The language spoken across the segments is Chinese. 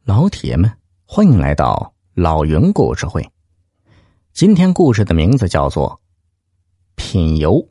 老铁们，欢迎来到老云故事会。今天故事的名字叫做品油。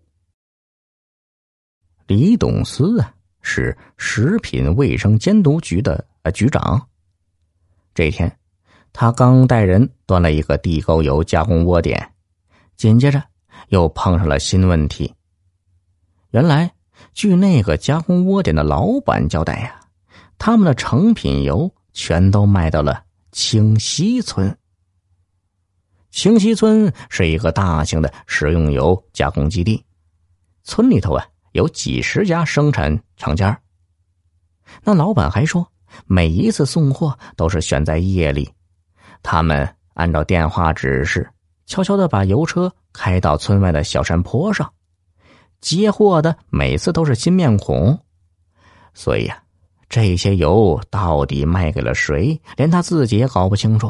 李董思是食品卫生监督局的局长。这天他刚带人端了一个地沟油加工窝点，紧接着又碰上了新问题。原来据那个加工窝点的老板交代他们的成品油全都卖到了清溪村。清溪村是一个大型的食用油加工基地，村里头有几十家生产厂家。那老板还说，每一次送货都是选在夜里，他们按照电话指示，悄悄地把油车开到村外的小山坡上，接货的每次都是新面孔。所以这些油到底卖给了谁，连他自己也搞不清楚。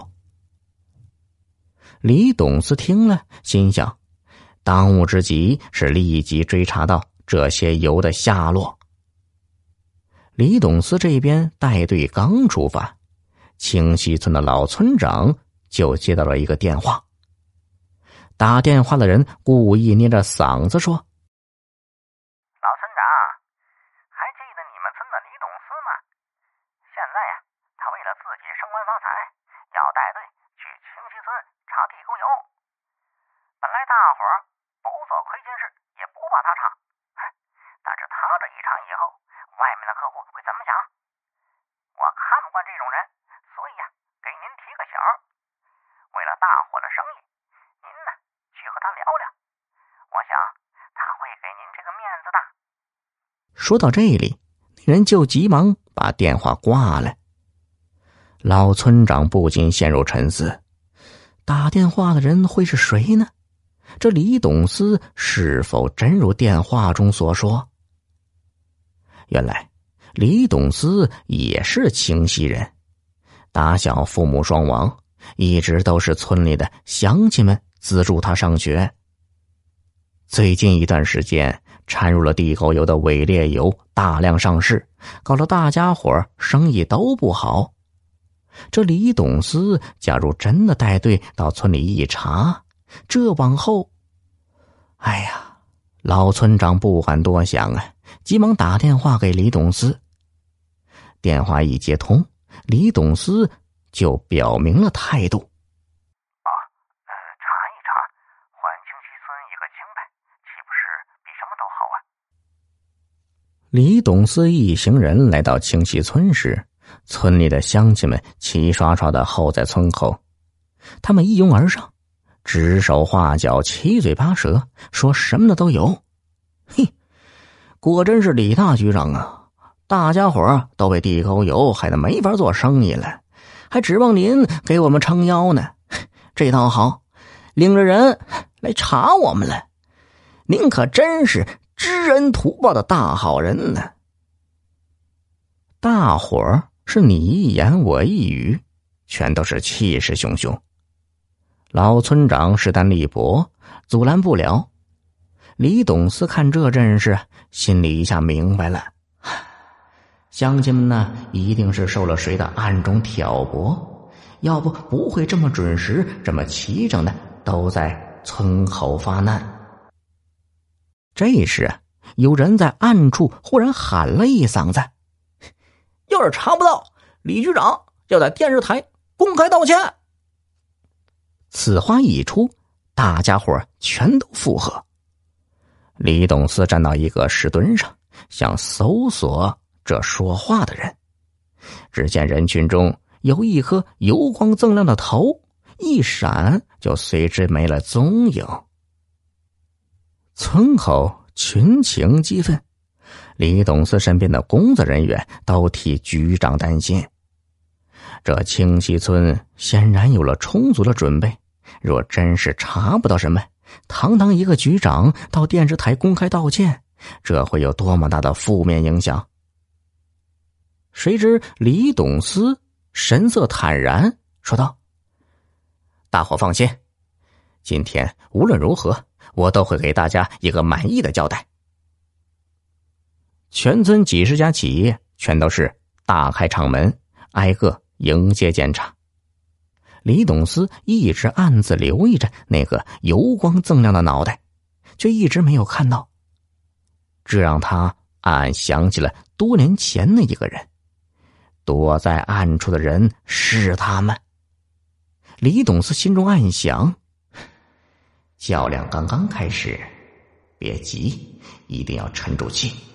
李董思听了，心想，当务之急是立即追查到这些油的下落。李董思这边带队刚出发，清溪村的老村长就接到了一个电话。打电话的人故意捏着嗓子说， 老村长，还记得你们村的李董思吗？现在他为了自己升官发财，要带队去清溪村查地沟油。本来大伙儿不做亏心事，也不怕他查，但是他这一查以后，外面的客户会怎么想？我看不惯这种人，所以给您提个醒，为了大伙的生意，您去和他聊聊，我想他会给您这个面子的。 说到这里，那人就急忙把电话挂了。老村长不禁陷入沉思，打电话的人会是谁呢？这李董思是否真如电话中所说？原来李董思也是清溪人，打小父母双亡，一直都是村里的乡亲们资助他上学。最近一段时间掺入了地沟油的伪劣油大量上市，搞得大家伙生意都不好。这李董思假如真的带队到村里一查，这往后，老村长不敢多想急忙打电话给李董思。电话一接通，李董思就表明了态度。 查一查，还清溪村一个清白，岂不是比什么都好啊？ 李董思一行人来到清溪村时，村里的乡亲们齐刷刷地候在村口，他们一拥而上，指手画脚，七嘴八舌，说什么的都有。果真是李大局长啊，大家伙都被地沟油害得没法做生意了，还指望您给我们撑腰呢。这倒好，领着人来查我们了，您可真是知恩图报的大好人呢。大伙儿是你一言我一语，全都是气势汹汹。老村长势单力薄，阻拦不了。李董思看这阵势，心里一下明白了，乡亲们一定是受了谁的暗中挑拨，要不会这么准时这么齐整的都在村口发难。这时有人在暗处忽然喊了一嗓子，要是查不到，李局长要在电视台公开道歉。此话一出，大家伙全都附和。李董思站到一个石墩上，想搜索这说话的人。只见人群中有一颗油光锃亮的头，一闪就随之没了踪影。村口群情激愤，李董思身边的工作人员都替局长担心。这清溪村显然有了充足的准备，若真是查不到什么，堂堂一个局长到电视台公开道歉，这会有多么大的负面影响？谁知李董思神色坦然说道，大伙放心，今天无论如何我都会给大家一个满意的交代。全村几十家企业全都是大开厂门，挨个迎接检查。李董思一直暗自留意着那个油光锃亮的脑袋，却一直没有看到。这让他暗暗想起了多年前的一个人，躲在暗处的人是他们。李董思心中暗想，较量刚刚开始，别急，一定要沉住气。